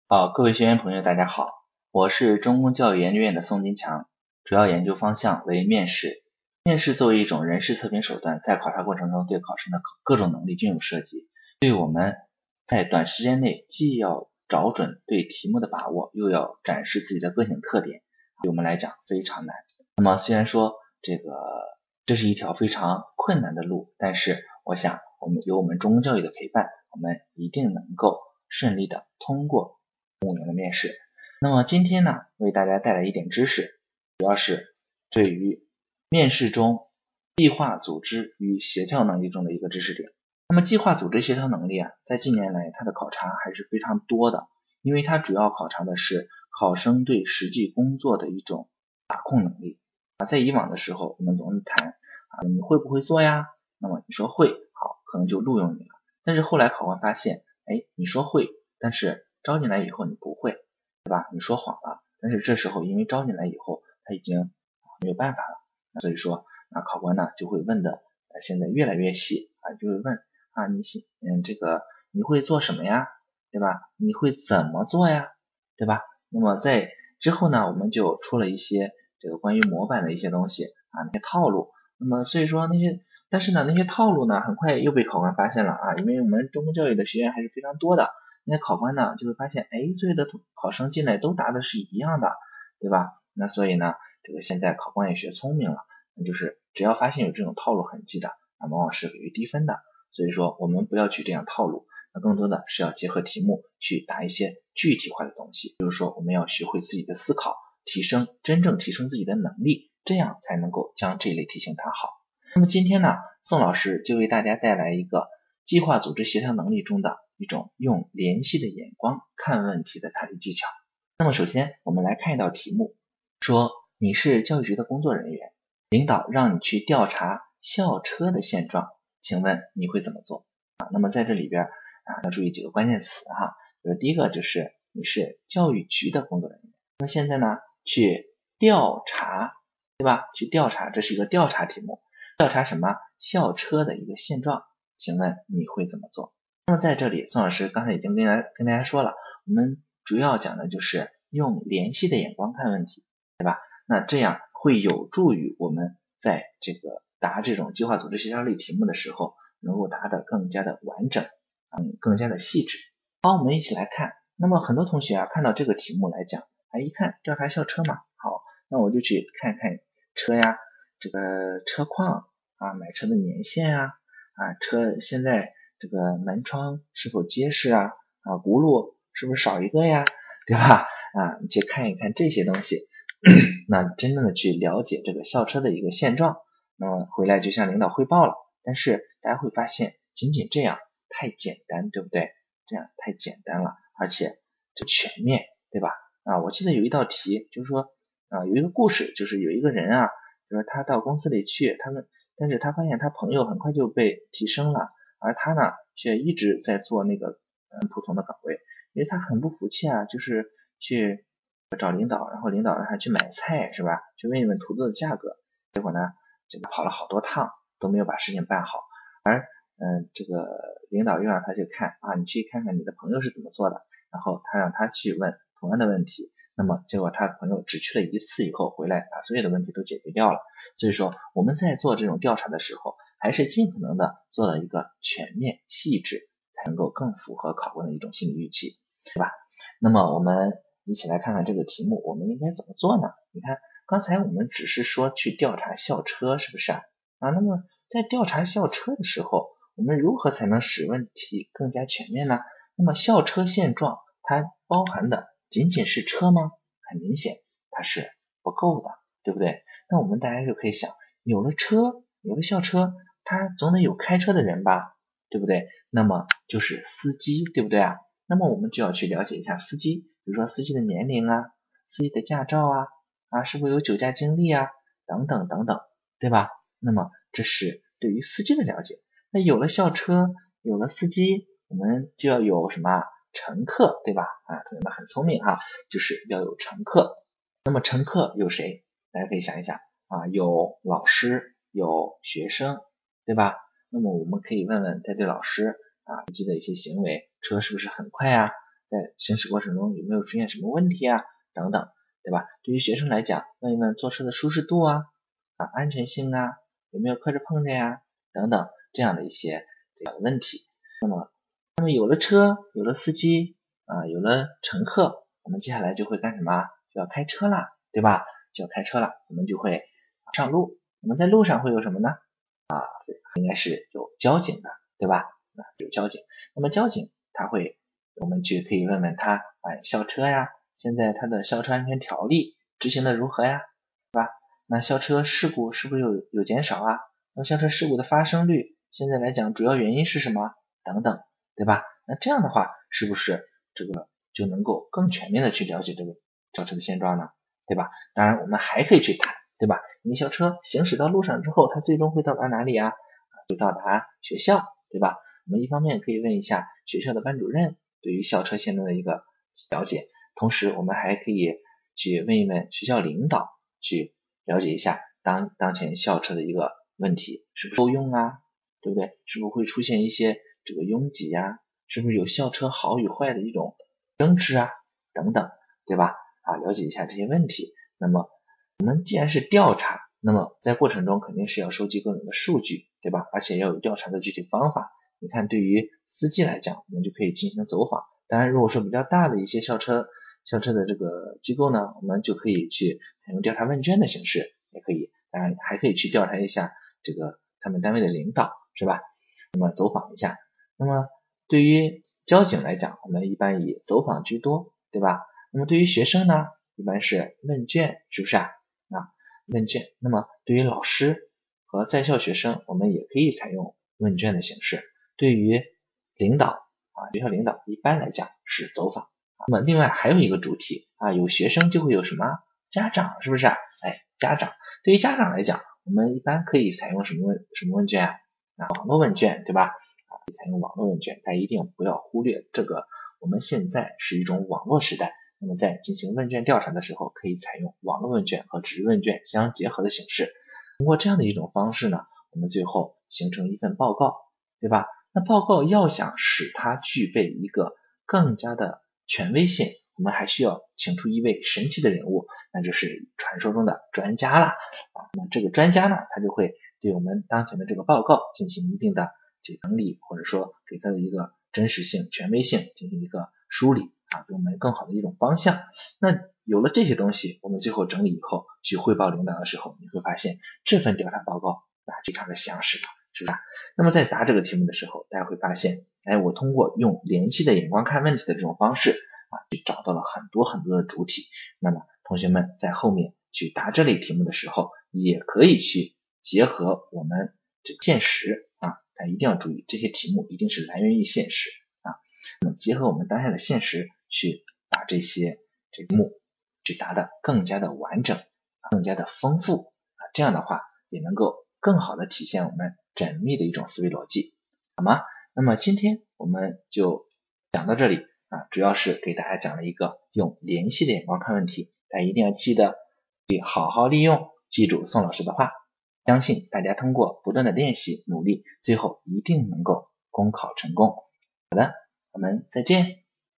各位学员朋友大家好，我是中公教育研究院的宋金强，主要研究方向为面试。面试作为一种人事测评手段，在考察过程中对考生的各种能力均有涉及，对我们在短时间内既要找准对题目的把握，又要展示自己的个性特点，对我们来讲非常难。那么虽然说这是一条非常困难的路，但是我想有我们中公教育的陪伴，我们一定能够顺利的通过公务员的面试。那么今天呢，为大家带来一点知识，主要是对于面试中计划、组织与协调能力中的一个知识点。那么计划、组织、协调能力在近年来它的考察还是非常多的，因为它主要考察的是考生对实际工作的一种把控能力。在以往的时候，我们总是谈你会不会做呀？那么你说会，好，可能就录用你了。但是后来考官发现，你说会，但是招进来以后你不会，对吧？你说谎了，但是这时候因为招进来以后他已经没有办法了，所以说考官呢就会问的现在越来越细就会问你会做什么呀？对吧？你会怎么做呀？对吧？那么在之后呢，我们就出了一些这个关于模板的一些东西那些套路。那么所以说但是呢那些套路呢很快又被考官发现了因为我们中公教育的学员还是非常多的，那些考官呢就会发现所有的考生进来都答的是一样的，对吧？那所以呢这个现在考官也学聪明了，那就是只要发现有这种套路痕迹的，往往是给予低分的。所以说我们不要去这样套路，那更多的是要结合题目去答一些具体化的东西，比如说我们要学会自己的思考，真正提升自己的能力，这样才能够将这类题型答好。那么今天呢，宋老师就为大家带来一个计划、组织、协调能力中的一种用联系的眼光看问题的答题技巧。那么首先我们来看一道题目，说你是教育局的工作人员，领导让你去调查校车的现状，请问你会怎么做？那么在这里边要注意几个关键词第一个就是你是教育局的工作人员，那么现在呢去调查，对吧？去调查，这是一个调查题目，调查什么？校车的一个现状，请问你会怎么做？那么在这里宋老师刚才已经跟大家说了，我们主要讲的就是用联系的眼光看问题，对吧？那这样会有助于我们在这个答这种计划、组织、协调类题目的时候能够答得更加的完整更加的细致。好，我们一起来看。那么很多同学看到这个题目来讲一看调查校车嘛，好，那我就去看看车呀，这个车况买车的年限车现在这个门窗是否结实轱辘是不是少一个呀，对吧？你去看一看这些东西那真正的去了解这个校车的一个现状，那么回来就向领导汇报了。但是大家会发现仅仅这样太简单，对不对？这样太简单了，而且就全面，对吧？我记得有一道题就是说有一个故事，就是有一个人就是他到公司里去，但是他发现他朋友很快就被提升了，而他呢却一直在做那个普通的岗位，因为他很不服气就是去找领导，然后领导让他去买菜，是吧？去问一问土豆的价格，结果呢这个跑了好多趟都没有把事情办好，而这个领导又让他去看你去看看你的朋友是怎么做的，然后他让他去问同样的问题，那么结果他的朋友只去了一次以后回来把所有的问题都解决掉了。所以说我们在做这种调查的时候，还是尽可能的做到一个全面细致，才能够更符合考官的一种心理预期，对吧？那么我们一起来看看这个题目我们应该怎么做呢？你看刚才我们只是说去调查校车，是不是那么在调查校车的时候，我们如何才能使问题更加全面呢？那么校车现状它包含的仅仅是车吗？很明显它是不够的，对不对？那我们大家就可以想，有了车，有了校车，它总得有开车的人吧，对不对？那么就是司机，对不对那么我们就要去了解一下司机，比如说司机的年龄司机的驾照是否有酒驾经历等等等等，对吧？那么这是对于司机的了解。那有了校车，有了司机，我们就要有什么乘客，对吧？同学们很聪明就是要有乘客。那么乘客有谁？大家可以想一想有老师，有学生，对吧？那么我们可以问问带队老师司机的一些行为，车是不是很快在行驶过程中有没有出现什么问题啊等等，对吧？对于学生来讲，问一问坐车的舒适度啊，安全性啊，有没有磕着碰着呀等等这样的一些问题。那么有了车，有了司机有了乘客，我们接下来就会干什么？就要开车啦，对吧？就要开车了，我们就会上路。我们在路上会有什么呢？应该是有交警的，对吧？有交警。那么交警他会，我们可以问问他校车呀，现在他的校车安全条例执行的如何呀，对吧？那校车事故是不是有减少啊？那校车事故的发生率现在来讲主要原因是什么？等等，对吧？那这样的话是不是这个就能够更全面的去了解这个校车的现状呢？对吧？当然我们还可以去谈，对吧？因为校车行驶到路上之后，它最终会到达哪里啊？会到达学校，对吧？我们一方面可以问一下学校的班主任对于校车现状的一个了解，同时我们还可以去问一问学校领导，去了解一下当前校车的一个问题是不是够用啊，对不对？是不是会出现一些这个拥挤啊，是不是有校车好与坏的一种争执啊等等，对吧？了解一下这些问题。那么我们既然是调查，那么在过程中肯定是要收集各种的数据，对吧？而且要有调查的具体方法。你看对于司机来讲，我们就可以进行走访。当然如果说比较大的一些校车的这个机构呢，我们就可以去采用调查问卷的形式，也可以，当然还可以去调查一下这个他们单位的领导，是吧？那么走访一下。那么对于交警来讲，我们一般以走访居多，对吧？那么对于学生呢，一般是问卷，是不是啊？问卷。那么对于老师和在校学生，我们也可以采用问卷的形式。对于领导学校领导一般来讲是走访。那么另外还有一个主题有学生就会有什么家长，是不是啊？家长。对于家长来讲，我们一般可以采用什么问卷啊？网络问卷，对吧？采用网络问卷，但一定不要忽略这个，我们现在是一种网络时代。那么在进行问卷调查的时候，可以采用网络问卷和纸质问卷相结合的形式。通过这样的一种方式呢，我们最后形成一份报告，对吧？那报告要想使它具备一个更加的权威性，我们还需要请出一位神奇的人物，那就是传说中的专家啦。那么这个专家呢，他就会对我们当前的这个报告进行一定的整理，或者说给它的一个真实性、权威性进行一个梳理给我们更好的一种方向。那有了这些东西，我们最后整理以后去汇报领导的时候，你会发现这份调查报告非常的详实的，是吧？那么在答这个题目的时候，大家会发现我通过用联系的眼光看问题的这种方式去找到了很多很多的主体。那么同学们在后面去答这类题目的时候，也可以去结合我们这个现实但一定要注意，这些题目一定是来源于现实那么结合我们当下的现实去把这些题目去答得更加的完整，更加的丰富这样的话也能够更好的体现我们缜密的一种思维逻辑，好吗？那么今天我们就讲到这里主要是给大家讲了一个用联系的眼光看问题，大家一定要记得去好好利用，记住宋老师的话，相信大家通过不断的练习努力，最后一定能够公考成功。好的，我们再见。